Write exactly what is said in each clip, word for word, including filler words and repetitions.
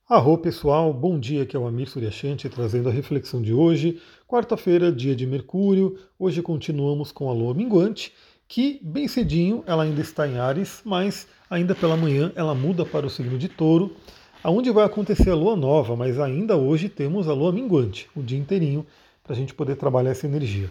Arro pessoal, bom dia, aqui é o Amir Suryashanti trazendo a reflexão de hoje, quarta-feira, dia de Mercúrio. Hoje continuamos com a Lua minguante, que bem cedinho ela ainda está em Áries, mas ainda pela manhã ela muda para o signo de Touro, aonde vai acontecer a Lua nova, mas ainda hoje temos a Lua minguante, o dia inteirinho, para a gente poder trabalhar essa energia.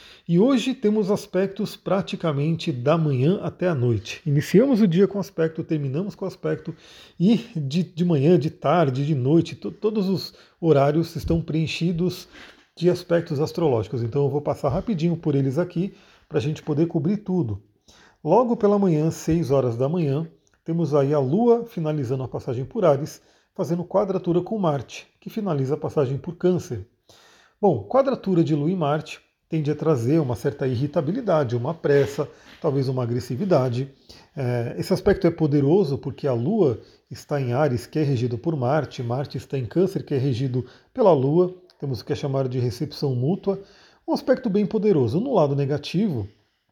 E hoje temos aspectos praticamente da manhã até a noite. Iniciamos o dia com aspecto, terminamos com aspecto, e de, de manhã, de tarde, de noite, to, todos os horários estão preenchidos de aspectos astrológicos. Então eu vou passar rapidinho por eles aqui para a gente poder cobrir tudo. Logo pela manhã, seis horas da manhã, temos aí a Lua finalizando a passagem por Áries, fazendo quadratura com Marte, que finaliza a passagem por Câncer. Bom, quadratura de Lua e Marte tende a trazer uma certa irritabilidade, uma pressa, talvez uma agressividade. É, esse aspecto é poderoso porque a Lua está em Áries, que é regido por Marte, Marte está em Câncer, que é regido pela Lua, temos o que é chamado de recepção mútua, um aspecto bem poderoso. No lado negativo,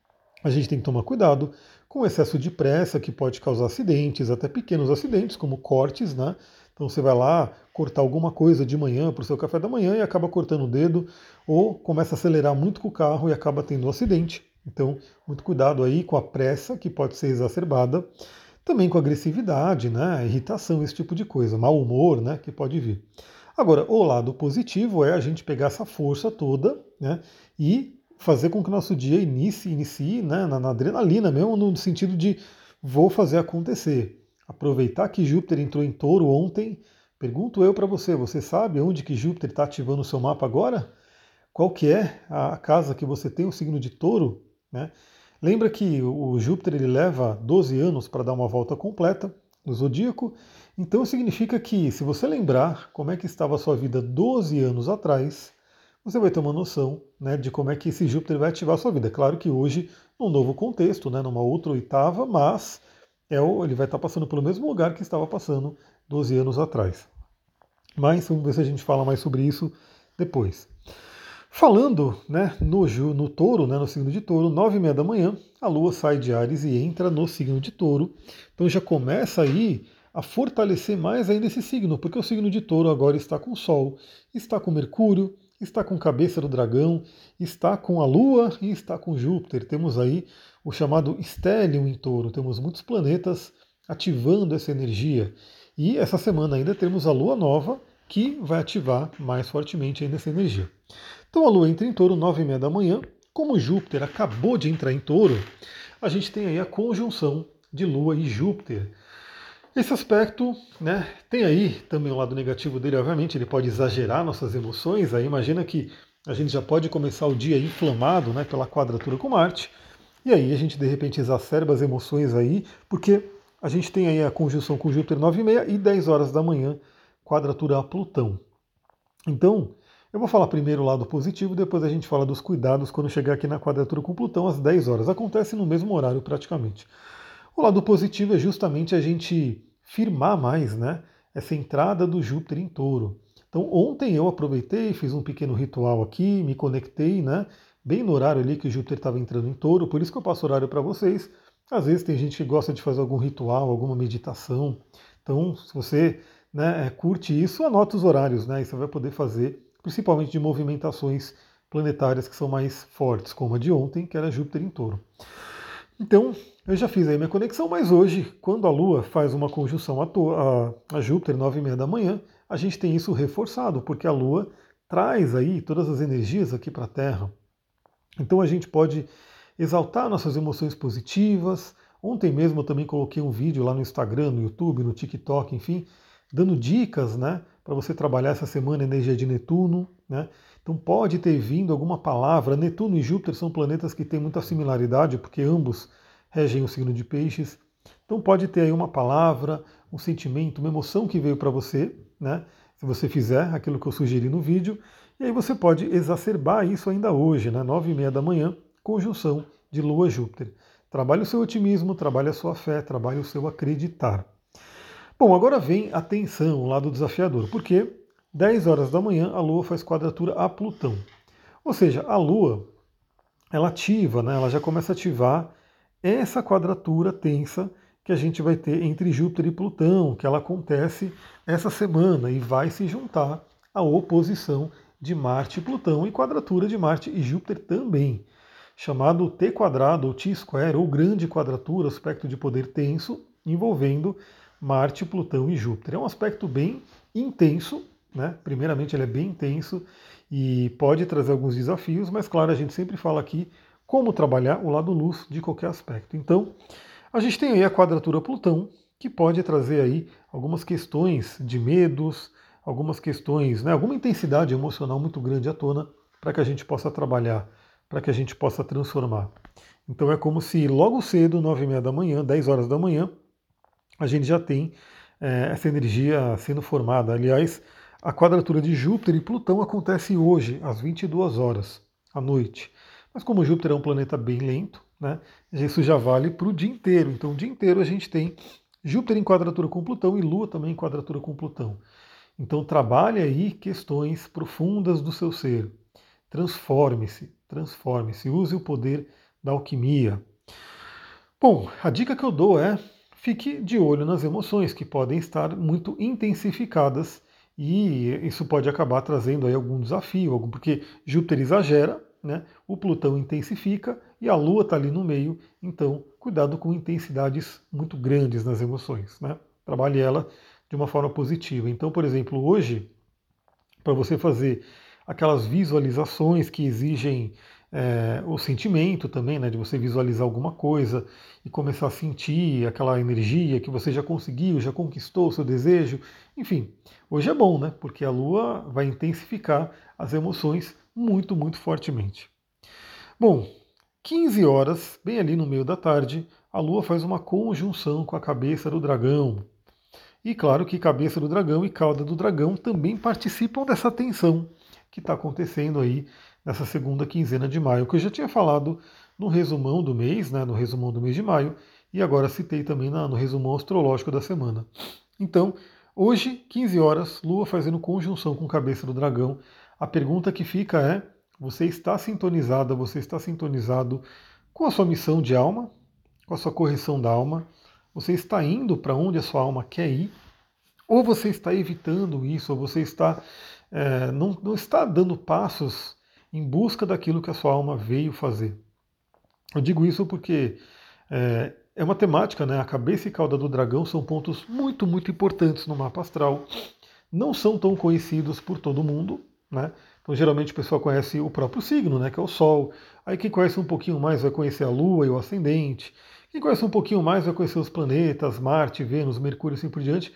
a gente tem que tomar cuidado com o excesso de pressa, que pode causar acidentes, até pequenos acidentes, como cortes, né? Então você vai lá cortar alguma coisa de manhã para o seu café da manhã e acaba cortando o dedo, ou começa a acelerar muito com o carro e acaba tendo um acidente. Então, muito cuidado aí com a pressa, que pode ser exacerbada, também com a agressividade, né? Irritação, esse tipo de coisa, mau humor, né? Que pode vir. Agora, o lado positivo é a gente pegar essa força toda, né? E fazer com que o nosso dia inicie, inicie né, na, na adrenalina mesmo, no sentido de vou fazer acontecer. Aproveitar que Júpiter entrou em Touro ontem, pergunto eu para você, você sabe onde que Júpiter está ativando o seu mapa agora? Qual que é a casa que você tem o signo de Touro? Né? Lembra que o Júpiter ele leva doze anos para dar uma volta completa no zodíaco, então significa que se você lembrar como é que estava a sua vida doze anos atrás, você vai ter uma noção né, de como é que esse Júpiter vai ativar a sua vida. Claro que hoje, num novo contexto, né, numa outra oitava, mas é o, ele vai estar passando pelo mesmo lugar que estava passando doze anos atrás. Mas vamos ver se a gente fala mais sobre isso depois. Falando né, no, no touro, né, no signo de touro, nove e meia da manhã, a Lua sai de Áries e entra no signo de touro. Então já começa aí a fortalecer mais ainda esse signo, porque o signo de touro agora está com o Sol, está com Mercúrio, está com cabeça do dragão, está com a Lua e está com Júpiter. Temos aí o chamado stellium em touro, temos muitos planetas ativando essa energia. E essa semana ainda temos a Lua nova, que vai ativar mais fortemente ainda essa energia. Então a Lua entra em touro nove e meia da manhã. Como Júpiter acabou de entrar em touro, a gente tem aí a conjunção de Lua e Júpiter. Esse aspecto, né, tem aí também o lado negativo dele, obviamente, ele pode exagerar nossas emoções. Aí imagina que a gente já pode começar o dia inflamado né, pela quadratura com Marte, e aí a gente de repente exacerba as emoções aí, porque a gente tem aí a conjunção com Júpiter nove e meia e dez horas da manhã, quadratura a Plutão. Então, eu vou falar primeiro o lado positivo, depois a gente fala dos cuidados quando chegar aqui na quadratura com Plutão às dez horas. Acontece no mesmo horário praticamente. O lado positivo é justamente a gente firmar mais né, essa entrada do Júpiter em touro. Então ontem eu aproveitei, fiz um pequeno ritual aqui, me conectei, né, bem no horário ali que o Júpiter estava entrando em touro, por isso que eu passo horário para vocês. Às vezes tem gente que gosta de fazer algum ritual, alguma meditação. Então, se você né, curte isso, anota os horários, né, e você vai poder fazer, principalmente de movimentações planetárias que são mais fortes, como a de ontem, que era Júpiter em touro. Então, eu já fiz aí minha conexão, mas hoje, quando a Lua faz uma conjunção a, a, a Júpiter, nove e meia da manhã, a gente tem isso reforçado, porque a Lua traz aí todas as energias aqui para a Terra. Então a gente pode exaltar nossas emoções positivas. Ontem mesmo eu também coloquei um vídeo lá no Instagram, no YouTube, no TikTok, enfim, dando dicas, né, para você trabalhar essa semana a energia de Netuno, né? Então pode ter vindo alguma palavra. Netuno e Júpiter são planetas que têm muita similaridade, porque ambos regem o signo de Peixes. Então pode ter aí uma palavra, um sentimento, uma emoção que veio para você, né? Se você fizer aquilo que eu sugeri no vídeo, e aí você pode exacerbar isso ainda hoje, né? nove e meia da manhã, conjunção de Lua e Júpiter. Trabalhe o seu otimismo, trabalhe a sua fé, trabalhe o seu acreditar. Bom, agora vem a tensão, o lado desafiador, porque dez horas da manhã a Lua faz quadratura a Plutão. Ou seja, a Lua, ela ativa, né, ela já começa a ativar essa quadratura tensa que a gente vai ter entre Júpiter e Plutão, que ela acontece essa semana e vai se juntar à oposição de Marte e Plutão e quadratura de Marte e Júpiter também, chamado T quadrado ou T-square ou grande quadratura, aspecto de poder tenso, envolvendo Marte, Plutão e Júpiter. É um aspecto bem intenso, né? Primeiramente ele é bem intenso e pode trazer alguns desafios, mas claro, a gente sempre fala aqui como trabalhar o lado luz de qualquer aspecto. Então, a gente tem aí a quadratura Plutão, que pode trazer aí algumas questões de medos, algumas questões, né, alguma intensidade emocional muito grande à tona para que a gente possa trabalhar, para que a gente possa transformar. Então é como se logo cedo, nove e meia da manhã, dez horas da manhã, a gente já tem é, essa energia sendo formada. Aliás, a quadratura de Júpiter e Plutão acontece hoje, às vinte e duas horas à noite. Mas como Júpiter é um planeta bem lento, né, isso já vale para o dia inteiro. Então, o dia inteiro a gente tem Júpiter em quadratura com Plutão e Lua também em quadratura com Plutão. Então, trabalhe aí questões profundas do seu ser. Transforme-se, transforme-se, use o poder da alquimia. Bom, a dica que eu dou é fique de olho nas emoções que podem estar muito intensificadas e isso pode acabar trazendo aí algum desafio, algum, porque Júpiter exagera, né? O Plutão intensifica e a Lua está ali no meio, então cuidado com intensidades muito grandes nas emoções, né? Trabalhe ela de uma forma positiva. Então, por exemplo, hoje, para você fazer aquelas visualizações que exigem é, o sentimento também, né, de você visualizar alguma coisa e começar a sentir aquela energia que você já conseguiu, já conquistou o seu desejo. Enfim, hoje é bom, né, porque a Lua vai intensificar as emoções muito, muito fortemente. Bom, quinze horas, bem ali no meio da tarde, a Lua faz uma conjunção com a cabeça do dragão. E claro que cabeça do dragão e cauda do dragão também participam dessa tensão que está acontecendo aí nessa segunda quinzena de maio, que eu já tinha falado no resumão do mês, né, no resumão do mês de maio, e agora citei também na, no resumão astrológico da semana. Então, hoje, quinze horas, Lua fazendo conjunção com cabeça do dragão. A pergunta que fica é: você está sintonizada, você está sintonizado com a sua missão de alma, com a sua correção da alma? Você está indo para onde a sua alma quer ir? Ou você está evitando isso, ou você está, é, não, não está dando passos em busca daquilo que a sua alma veio fazer? Eu digo isso porque é, é uma temática, né? A cabeça e cauda do dragão são pontos muito, muito importantes no mapa astral. Não são tão conhecidos por todo mundo, né? Então, geralmente o pessoal conhece o próprio signo, né? Que é o Sol. Aí quem conhece um pouquinho mais vai conhecer a Lua e o Ascendente. Quem conhece um pouquinho mais vai conhecer os planetas, Marte, Vênus, Mercúrio e assim por diante.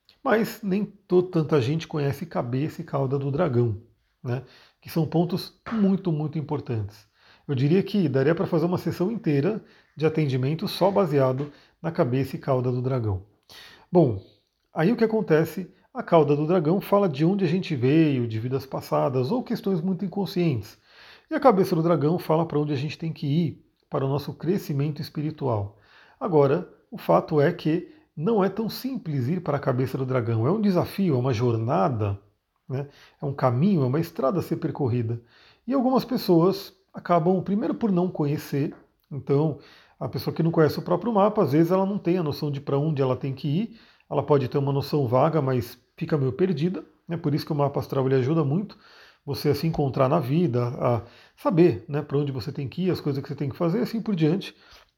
Mas nem to- tanta gente conhece cabeça e cauda do dragão, né? Que são pontos muito, muito importantes. Eu diria que daria para fazer uma sessão inteira de atendimento só baseado na cabeça e cauda do dragão. Bom, aí o que acontece? A cauda do dragão fala de onde a gente veio, de vidas passadas ou questões muito inconscientes. E a cabeça do dragão fala para onde a gente tem que ir, para o nosso crescimento espiritual. Agora, o fato é que não é tão simples ir para a cabeça do dragão. É um desafio, é uma jornada, né? É um caminho, é uma estrada a ser percorrida. E algumas pessoas acabam, primeiro, por não conhecer. Então, a pessoa que não conhece o próprio mapa, às vezes ela não tem a noção de para onde ela tem que ir. Ela pode ter uma noção vaga, mas fica meio perdida. Né? Por isso que o mapa astral ele ajuda muito você a se encontrar na vida, a saber, né, para onde você tem que ir, as coisas que você tem que fazer, assim por diante.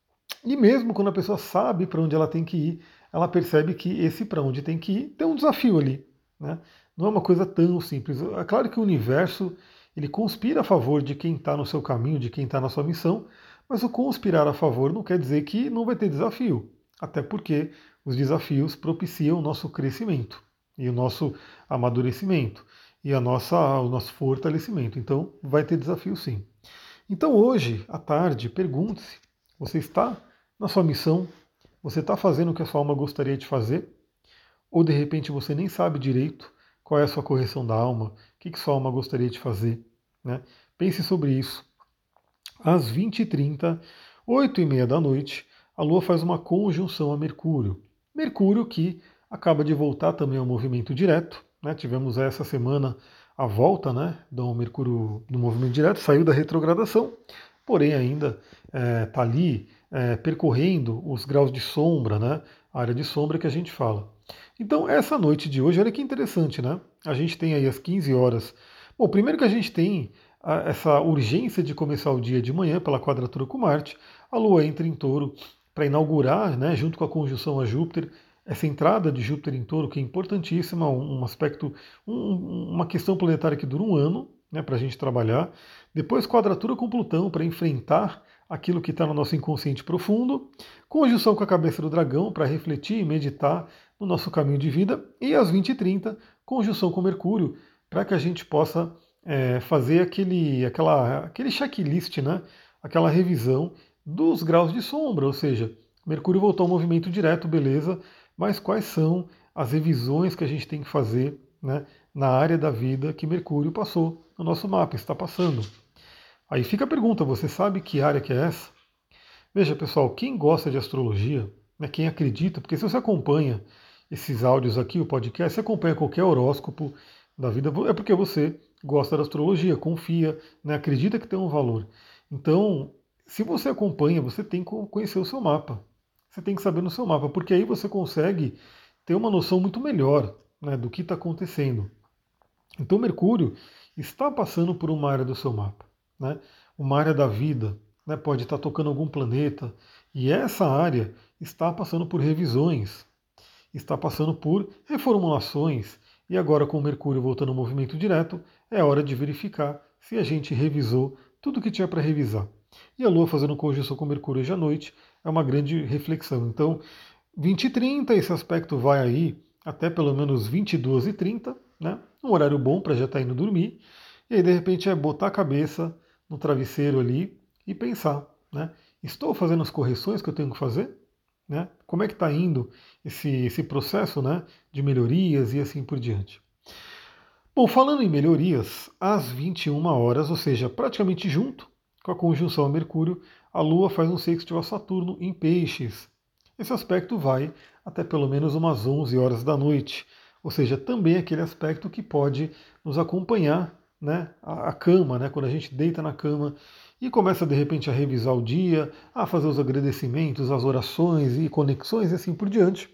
E mesmo quando a pessoa sabe para onde ela tem que ir, ela percebe que esse para onde tem que ir tem um desafio ali. Né? Não é uma coisa tão simples. É claro que o universo ele conspira a favor de quem está no seu caminho, de quem está na sua missão, mas o conspirar a favor não quer dizer que não vai ter desafio. Até porque os desafios propiciam o nosso crescimento e o nosso amadurecimento e a nossa, o nosso fortalecimento. Então vai ter desafio sim. Então hoje, à tarde, pergunte-se, você está na sua missão? Você está fazendo o que a sua alma gostaria de fazer? Ou de repente você nem sabe direito qual é a sua correção da alma, o que, que sua alma gostaria de fazer? Né? Pense sobre isso. Às vinte e trinta, oito e meia da noite, a Lua faz uma conjunção a Mercúrio. Mercúrio que acaba de voltar também ao movimento direto. Né? Tivemos essa semana a volta, né, do Mercúrio no movimento direto, saiu da retrogradação, porém ainda está ali é, percorrendo os graus de sombra, né? A área de sombra que a gente fala. Então, essa noite de hoje, olha que interessante, né? A gente tem aí às quinze horas. Bom, primeiro que a gente tem a, essa urgência de começar o dia de manhã pela quadratura com Marte. A Lua entra em Touro para inaugurar, né, junto com a conjunção a Júpiter, essa entrada de Júpiter em Touro, que é importantíssima, um, um aspecto, um, uma questão planetária que dura um ano, né, para a gente trabalhar. Depois, quadratura com Plutão para enfrentar aquilo que está no nosso inconsciente profundo. Conjunção com a cabeça do dragão para refletir e meditar no nosso caminho de vida. E às vinte e trinta, conjunção com Mercúrio para que a gente possa é, fazer aquele, aquela, aquele checklist, né, aquela revisão dos graus de sombra, ou seja, Mercúrio voltou ao movimento direto, beleza, mas quais são as revisões que a gente tem que fazer, né, na área da vida que Mercúrio passou no nosso mapa, está passando. Aí fica a pergunta, você sabe que área que é essa? Veja, pessoal, quem gosta de astrologia, né, quem acredita, porque se você acompanha esses áudios aqui, o podcast, você acompanha qualquer horóscopo da vida, é porque você gosta da astrologia, confia, né, acredita que tem um valor. Então, se você acompanha, você tem que conhecer o seu mapa. Você tem que saber no seu mapa, porque aí você consegue ter uma noção muito melhor, né, do que está acontecendo. Então, Mercúrio está passando por uma área do seu mapa, né, uma área da vida, né, pode estar tocando algum planeta, e essa área está passando por revisões, está passando por reformulações, e agora com o Mercúrio voltando ao movimento direto, é hora de verificar se a gente revisou tudo que tinha para revisar. E a Lua fazendo conjunção com Mercúrio hoje à noite é uma grande reflexão. Então, vinte e trinta, esse aspecto vai aí até pelo menos vinte e duas e trinta, né? Um horário bom para já estar indo dormir. E aí, de repente, é botar a cabeça no travesseiro ali e pensar, né? Estou fazendo as correções que eu tenho que fazer? Né? Como é que está indo esse, esse processo, né, de melhorias e assim por diante? Bom, falando em melhorias, às vinte e uma horas, ou seja, praticamente junto com a conjunção a Mercúrio, a Lua faz um sextil a Saturno em Peixes. Esse aspecto vai até pelo menos umas onze horas da noite, ou seja, também aquele aspecto que pode nos acompanhar, né, a, a cama, né, quando a gente deita na cama e começa de repente a revisar o dia, a fazer os agradecimentos, as orações e conexões e assim por diante.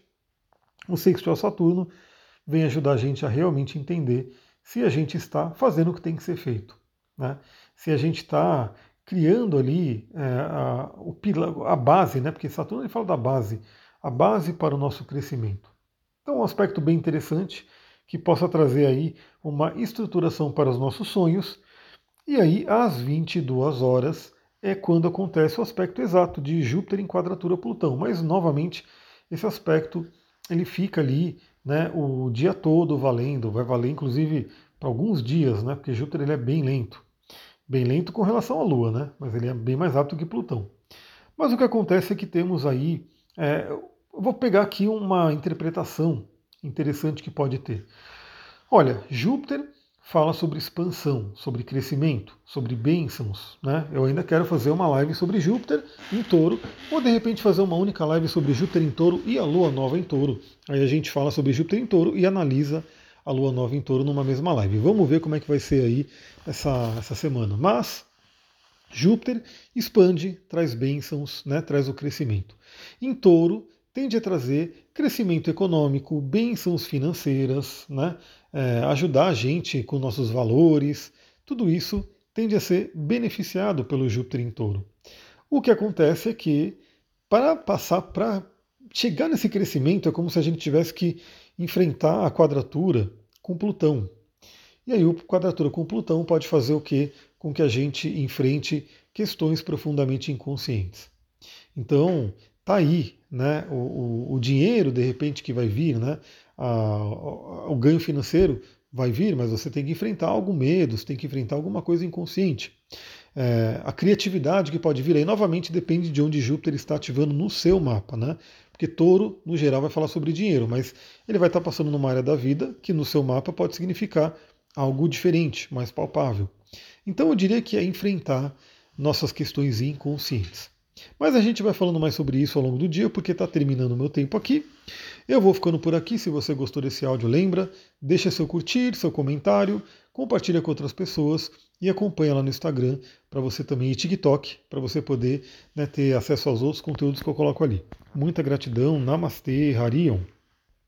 O sextil a Saturno vem ajudar a gente a realmente entender se a gente está fazendo o que tem que ser feito, né? Se a gente está criando ali é, a, o, a base, né? Porque Saturno ele fala da base, a base para o nosso crescimento. Então, um aspecto bem interessante que possa trazer aí uma estruturação para os nossos sonhos. E aí, às vinte e duas horas, é quando acontece o aspecto exato de Júpiter em quadratura Plutão. Mas, novamente, esse aspecto ele fica ali, né, o dia todo valendo, vai valer inclusive para alguns dias, né, porque Júpiter ele é bem lento. Bem lento com relação à Lua, né, mas ele é bem mais rápido que Plutão. Mas o que acontece é que temos aí, é, eu vou pegar aqui uma interpretação interessante que pode ter. Olha, Júpiter fala sobre expansão, sobre crescimento, sobre bênçãos, né? Eu ainda quero fazer uma live sobre Júpiter em Touro, ou de repente fazer uma única live sobre Júpiter em Touro e a Lua Nova em Touro. Aí a gente fala sobre Júpiter em Touro e analisa a Lua Nova em Touro numa mesma live. Vamos ver como é que vai ser aí essa, essa semana. Mas Júpiter expande, traz bênçãos, né? Traz o crescimento. Em Touro tende a trazer crescimento econômico, bênçãos financeiras, né? É, ajudar a gente com nossos valores, tudo isso tende a ser beneficiado pelo Júpiter em Touro. O que acontece é que para passar, para chegar nesse crescimento, é como se a gente tivesse que enfrentar a quadratura com Plutão. E aí, a quadratura com Plutão pode fazer o quê? Com que a gente enfrente questões profundamente inconscientes. Então, tá aí, né? O, o, o dinheiro, de repente, que vai vir, né? A, o ganho financeiro vai vir, mas você tem que enfrentar algum medo, você tem que enfrentar alguma coisa inconsciente. É, a criatividade que pode vir aí, novamente, depende de onde Júpiter está ativando no seu mapa, né? Porque Touro, no geral, vai falar sobre dinheiro, mas ele vai estar passando numa área da vida que no seu mapa pode significar algo diferente, mais palpável. Então eu diria que é enfrentar nossas questões inconscientes. Mas a gente vai falando mais sobre isso ao longo do dia, porque está terminando o meu tempo aqui. Eu vou ficando por aqui. Se você gostou desse áudio, lembra, deixa seu curtir, seu comentário, compartilha com outras pessoas e acompanha lá no Instagram para você também e TikTok, para você poder, né, ter acesso aos outros conteúdos que eu coloco ali. Muita gratidão, Namastê, Harion.